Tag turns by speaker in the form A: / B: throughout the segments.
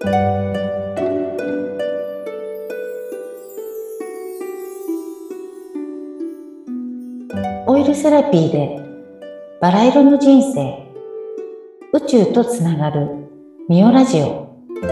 A: オイルセラピーでバラ色の人生、宇宙とつながるミオラジオ。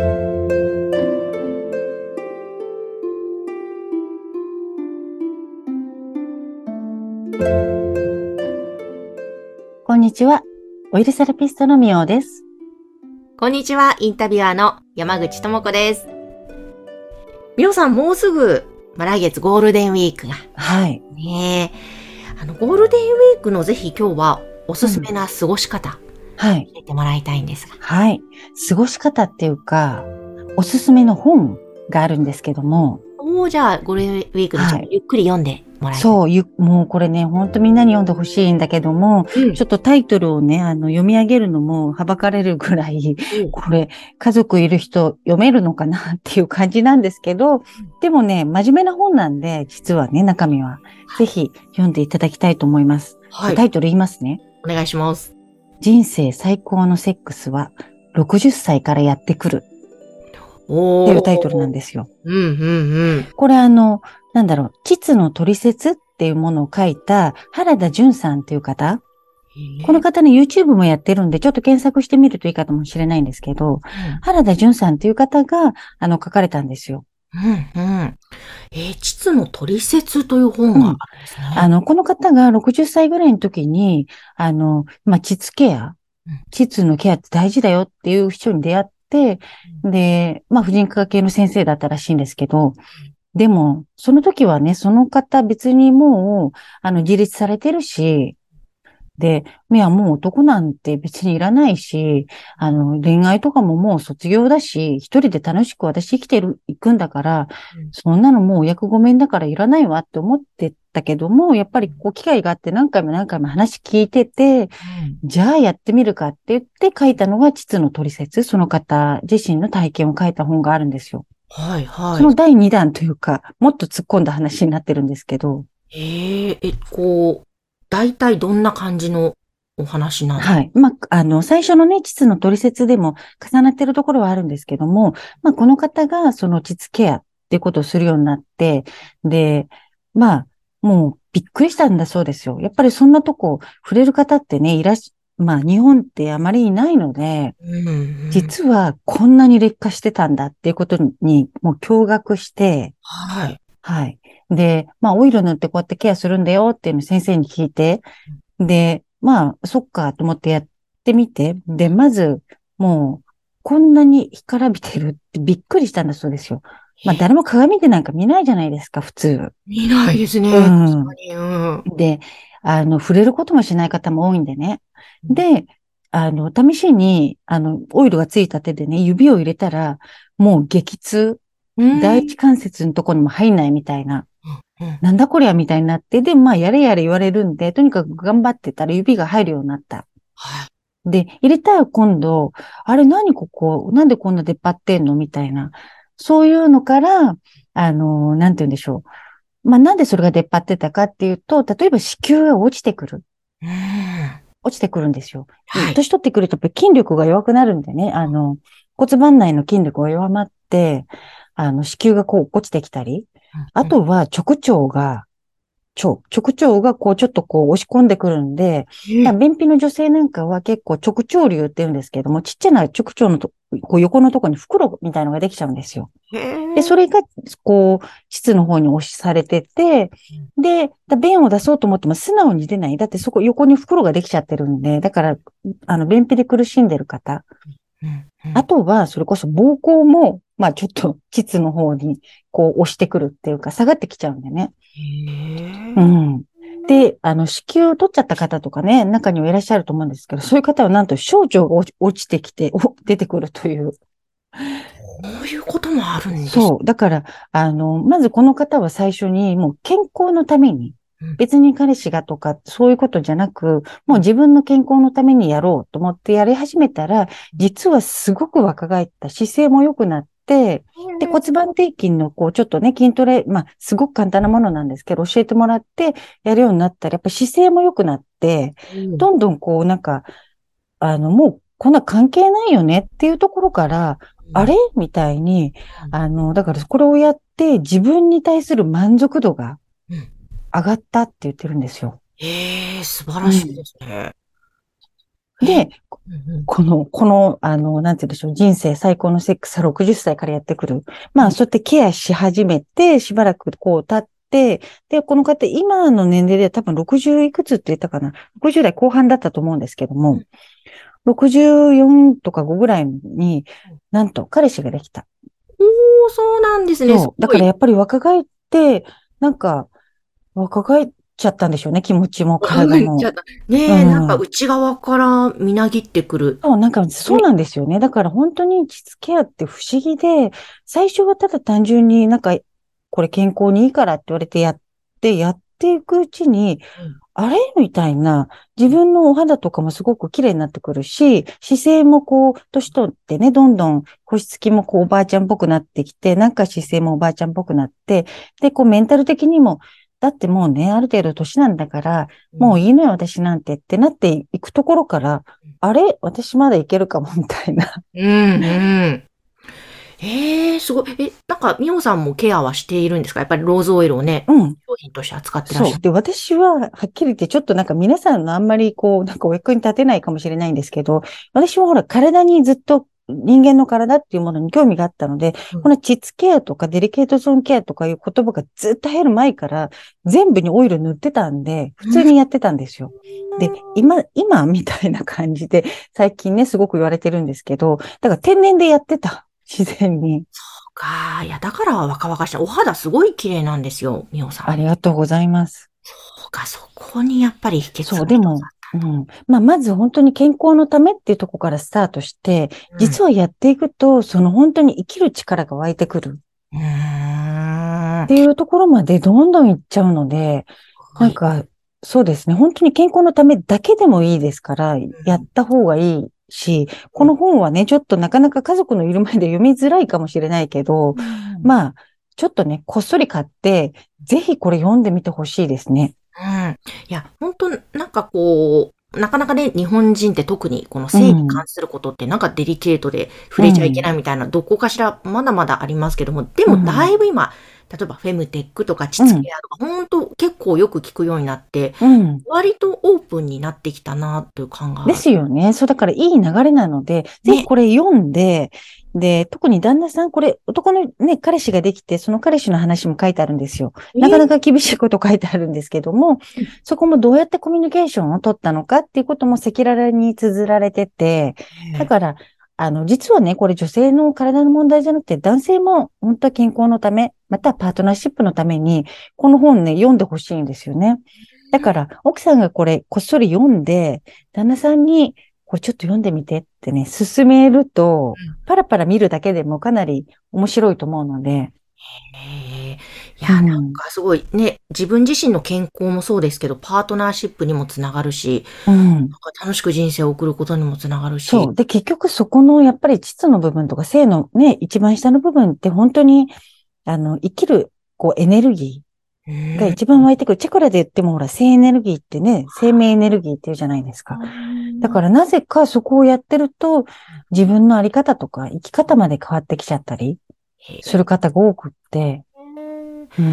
A: こんにちは、オイルセラピストのミオです。
B: こんにちは、インタビュアーの山口智子です。ミオさん、もうすぐ、来月ゴールデンウィークが。
A: はい。
B: ねえ。ゴールデンウィークのぜひ今日はおすすめな過ごし方、
A: はい。
B: 教えてもらいたいんですが。
A: はい。過ごし方っていうか、おすすめの本があるんですけども。
B: じゃあ、ゴールデンウィークにちょっとゆっくり読んでもらいたい。
A: そう、もうこれね、ほんとみんなに読んでほしいんだけども、ちょっとタイトルをね、読み上げるのもはばかれるぐらい、これ、家族いる人読めるのかなっていう感じなんですけど、でもね、真面目な本なんで、実はね、中身は。ぜひ読んでいただきたいと思います。はい、タイトル言いますね。
B: お願いします。
A: 人生最高のセックスは60歳からやってくる。っていうタイトルなんですよ。これ膣のトリセツっていうものを書いた原田淳さんっていう方。この方ね、YouTube もやってるんで、ちょっと検索してみるといいかもしれないんですけど、原田淳さんっていう方が、書かれたんですよ。
B: 膣のトリセツという本があるんですね。
A: この方が60歳ぐらいの時に、膣ケア、膣のケアって大事だよっていう人に出会って、で、婦人科学系の先生だったらしいんですけど、でも、その時はね、その方別にもう、自立されてるし、で、もう男なんて別にいらないし、恋愛とかももう卒業だし、一人で楽しく私生きていくんだから、そんなのもうお役御免だからいらないわって思ってたけども、やっぱり機会があって何回も話聞いてて、じゃあやってみるかって言って書いたのが膣のトリセツ、その方自身の体験を書いた本があるんですよ。
B: はいはい。
A: その第2弾というか、もっと突っ込んだ話になってるんですけど。
B: 大体どんな感じのお話なんですか？
A: はい。最初のね、膣のトリセツでも重なってるところはあるんですけども、この方がその膣ケアっていうことをするようになって、で、もうびっくりしたんだそうですよ。やっぱりそんなとこ触れる方ってね、日本ってあまりいないので、実はこんなに劣化してたんだっていうことにもう驚愕して、
B: はい。
A: はい。で、オイル塗ってこうやってケアするんだよっていうのを先生に聞いて、で、そっかと思ってやってみて、で、まず、もう、こんなに干からびてるってびっくりしたんだそうですよ。誰も鏡でなんか見ないじゃないですか、普通。
B: 見ないですね。
A: で、触れることもしない方も多いんでね。で、試しに、オイルがついた手でね、指を入れたら、もう激痛。第一関節のとこにも入んないみたいな。なんだこりゃみたいになって、で、やれやれ言われるんで、とにかく頑張ってたら指が入るようになった。で、入れたら今度、あれ何ここ、なんでこんな出っ張ってんのみたいな。そういうのから、なんて言うんでしょう。なんでそれが出っ張ってたかっていうと、例えば子宮が落ちてくる。落ちてくるんですよ。年取ってくると、筋力が弱くなるんでね、骨盤内の筋力が弱まって、子宮がこう落ちてきたり、あとは直腸がちょっと押し込んでくるんで、便秘の女性なんかは結構直腸流って言うんですけども、ちっちゃな直腸の横のところに袋みたいのができちゃうんですよ。で、それが、膣の方に押しされてて、で、便を出そうと思っても素直に出ない。だってそこ横に袋ができちゃってるんで、だから、便秘で苦しんでる方。あとは、それこそ膀胱も、ちょっと膣の方に押してくるっていうか、下がってきちゃうんでね。で、子宮を取っちゃった方とかね、中にはいらっしゃると思うんですけど、そういう方はなんと小腸が落ちてきて、出てくるという。
B: そういうこともあるんです。
A: そう。だから、まずこの方は最初にもう健康のために、別に彼氏がとかそういうことじゃなく、もう自分の健康のためにやろうと思ってやり始めたら、実はすごく若返った、姿勢も良くなって、で、骨盤底筋のちょっとね、筋トレ、すごく簡単なものなんですけど、教えてもらってやるようになったら、やっぱり姿勢も良くなって、どんどんもうこんな関係ないよねっていうところから、あれみたいに、だからこれをやって自分に対する満足度が
B: うん。
A: 上がったって言ってるんですよ。
B: ええ、素晴
A: うん。
B: らしいですね。ええ。
A: で、
B: うんうん。
A: なんて言うんでしょう、人生最高のセックスは60歳からやってくる。まあ、
B: うん。
A: そうやってケアし始めて、しばらくこう経って、で、この方、今の年齢で多分60いくつって言ったかな。60代後半だったと思うんですけども、64とか5ぐらいに、なんと彼氏ができた。
B: おー、そうなんですね。す
A: そう。だ
B: ごい。
A: からやっぱり若返って、なんか、若返っちゃったんでしょうね。気持ちも体も。
B: うん、ちょっと、ね
A: う
B: え、なんか
A: ん。
B: 内側からみなぎってくる。
A: そう、なんか、そう
B: ね。
A: なんですよね。だから本当に膣ケアって不思議で、最初はただ単純になんか、これ健康にいいからって言われてやっていくうちに、
B: うん。
A: あれみたいな、自分のお肌とかもすごく綺麗になってくるし、姿勢もこう、年取ってね、どんどん腰つきもこう、おばあちゃんっぽくなってきて、なんか姿勢もおばあちゃんっぽくなって、で、こう、メンタル的にも、だってもうね、ある程度年なんだから、
B: うん。
A: もういいのよ、私なんてってなっていくところから、あれ私まだいけるかも、みたいな。
B: うん、うん。ええ、すごい。なんか、みおさんもケアはしているんですか？やっぱりローズオイルをね、
A: うん。
B: 商品として扱ってらっし
A: そう。
B: ゃる。
A: で、私は、はっきり言って、ちょっとなんか皆さんのあんまりこう、なんかお役に立てないかもしれないんですけど、私はほら、体にずっと、人間の体っていうものに興味があったので、
B: うん。
A: この膣ケアとかデリケートゾーンケアとかいう言葉がずっと流行る前から、全部にオイル塗ってたんで、普通にやってたんですよ。で、今みたいな感じで、最近ね、すごく言われてるんですけど、だから天然でやってた。自然に。
B: いや、だから若々しい。お肌すごい綺麗なんですよ、みおさん。
A: ありがとうございます。
B: そうか、そこにやっぱり秘訣
A: そう、
B: が一つあ
A: でも、うん。まあ、まず本当に健康のためっていうところからスタートして、
B: る。うん。
A: 実はやっていくと、その本当に生きる力が湧いてくるっ
B: うーん。
A: ていうところまでどんどんいっちゃうので、
B: はい。
A: なんか、そうですね。本当に健康のためだけでもいいですから、やった方がいいし、こ
B: うん。
A: の本はね、ちょっとなかなか家族のいる前で読みづらいかもしれないけど、
B: うん。
A: まあ、ちょっとね、こっそり買って、ぜひこれ読んでみてほしいですね。
B: うん。いや、本当なんかこう、なかなかね、日本人って特にこの性に
A: うん、
B: 関することってなんかデリケートで触れちゃいけ
A: うん、
B: ないみたいな、どこかしらまだまだありますけども、でもだ
A: うん、
B: いぶ今、例えばフェムテックとか
A: うん。
B: 膣ケアとか、本当結構よく聞くようになって、
A: うん。
B: 割とオープンになってきたなという感
A: で
B: が、
A: すよね。そう、だからいい流れなので、ぜひ
B: ね。
A: これ読んで、で、特に旦那さん、これ、男のね、彼氏ができて、その彼氏の話も書いてあるんですよ。なかなか厳しいこと書いてあるんですけども、そこもどうやってコミュニケーションを取ったのかっていうことも赤裸々に綴られてて、だ
B: ね。
A: から、実はね、これ女性の体の問題じゃなくて、男性も本当は健康のため、またはパートナーシップのために、この本ね、読んでほしいんですよね。だから、奥さんがこれ、こっそり読んで、旦那さんに、これちょっと読んでみてってね、勧めると、パラパラ見るだけでもかなり面白いと思うので、
B: ええ、いや、なん
A: うん、
B: かすごいね、自分自身の健康もそうですけど、パートナーシップにもつながるし、
A: うん。
B: なんか楽しく人生を送ることにもつながるし。
A: そう。で、結局そこの、やっぱり膣の部分とか性のね、一番下の部分って本当に、生きる、こう、エネルギ
B: う
A: ーが
B: ーん。
A: 一番湧いてくる。チャクラで言っても、ほら、性エネルギーってね、生命エネルギーっていうじゃないですか。だからなぜかそこをやってると、自分のあり方とか生き方まで変わってきちゃったり
B: へ
A: する方が多くって、うん。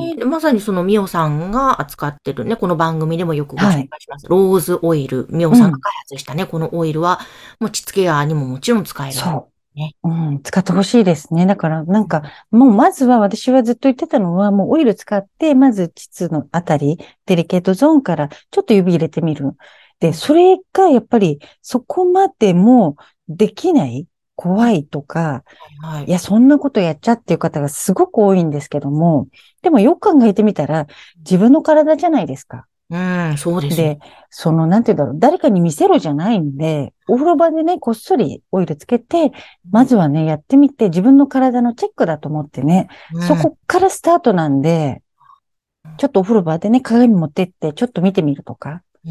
B: でまさにそのミオさんが扱ってるね、この番組でもよくご紹
A: はい。
B: 介します。ローズオイル。ミオ
A: うん。
B: さんが開発したね、このオイルは、もう膣ケアにももちろん使える。
A: そ
B: ね。
A: う。うん。使ってほしいですね。だから、なんか、もうまずは私はずっと言ってたのは、もうオイル使って、まず膣のあたり、デリケートゾーンからちょっと指入れてみる。で、
B: うん。
A: それがやっぱりそこまでもできない、怖いとか、
B: はい。
A: いや、そんなことやっちゃっていう方がすごく多いんですけども、でもよく考えてみたら、自分の体じゃないですか。
B: うん、そうですね。
A: で、なんて言うんだろう、誰かに見せろじゃないんで、お風呂場でね、こっそりオイルつけて、まずはね、やってみて、自分の体のチェックだと思ってね、
B: うん。
A: そこからスタートなんで、ちょっとお風呂場でね、鏡持ってって、ちょっと見てみるとか、
B: うん。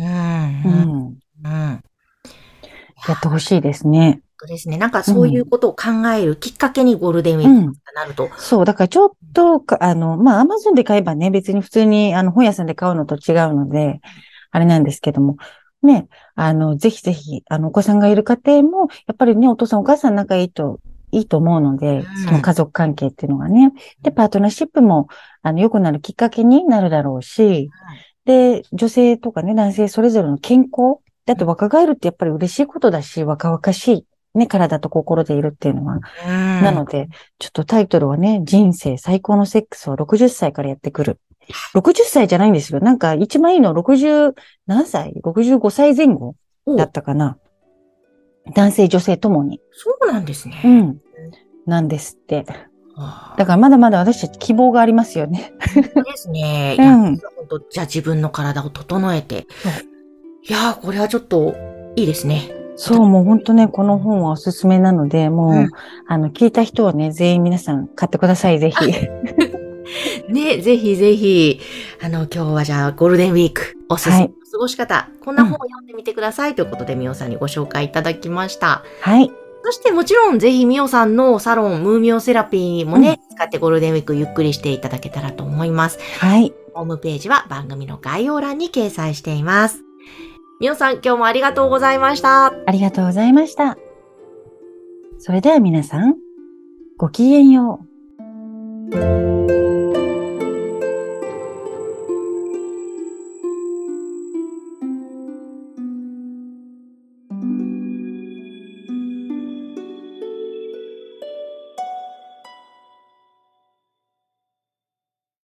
A: うん、
B: うん。
A: やってほしいですね。
B: そうですね。なんかそういう
A: うん、
B: ことを考えるきっかけにゴールデンウィーク
A: うん。
B: がなると。
A: そう、だからちょっとまあ、アマゾンで買えばね、別に普通に、本屋さんで買うのと違うので、あれなんですけども、 ね、ぜひぜひ、お子さんがいる家庭も、やっぱりね、お父さんお母さん仲いいと思うので、その家族関係っていうのがね。で、パートナーシップも、良くなるきっかけになるだろうし、で、女性とかね、男性それぞれの健康。だって若返るってやっぱり嬉しいことだし、若々しい、ね、体と心でいるっていうのは。なので、ちょっとタイトルはね、人生最高のセックスを60歳からやってくる。60歳じゃないんですよ。なんか一番いいの60何歳 ?65 歳前後だったかな。男性、女性ともに。
B: そうなんですね。
A: うん。なんですって。だからまだまだ私たち希望がありますよね。
B: そうですね。
A: うん。
B: 本当じゃあ自分の体を整えて。いやー、これはちょっといいですね。
A: そう、もう本当ね、この本はおすすめなので、もう、聞いた人はね、全員皆さん買ってください、ぜひ。
B: ね、ぜひぜひ、今日はじゃあゴールデンウィーク、おすすめの過ごし方、こんな本を読んでみてくださいということで、みおさんにご紹介いただきました。
A: はい。
B: そしてもちろん、ぜひみおさんのサロン、ムーミオセラピーもね、使ってゴールデンウィークゆっくりしていただけたらと思います。
A: はい。
B: ホームページは番組の概要欄に掲載しています。みおさん、今日もありがとうございました。
A: ありがとうございました。それでは皆さん、ごきげんよう。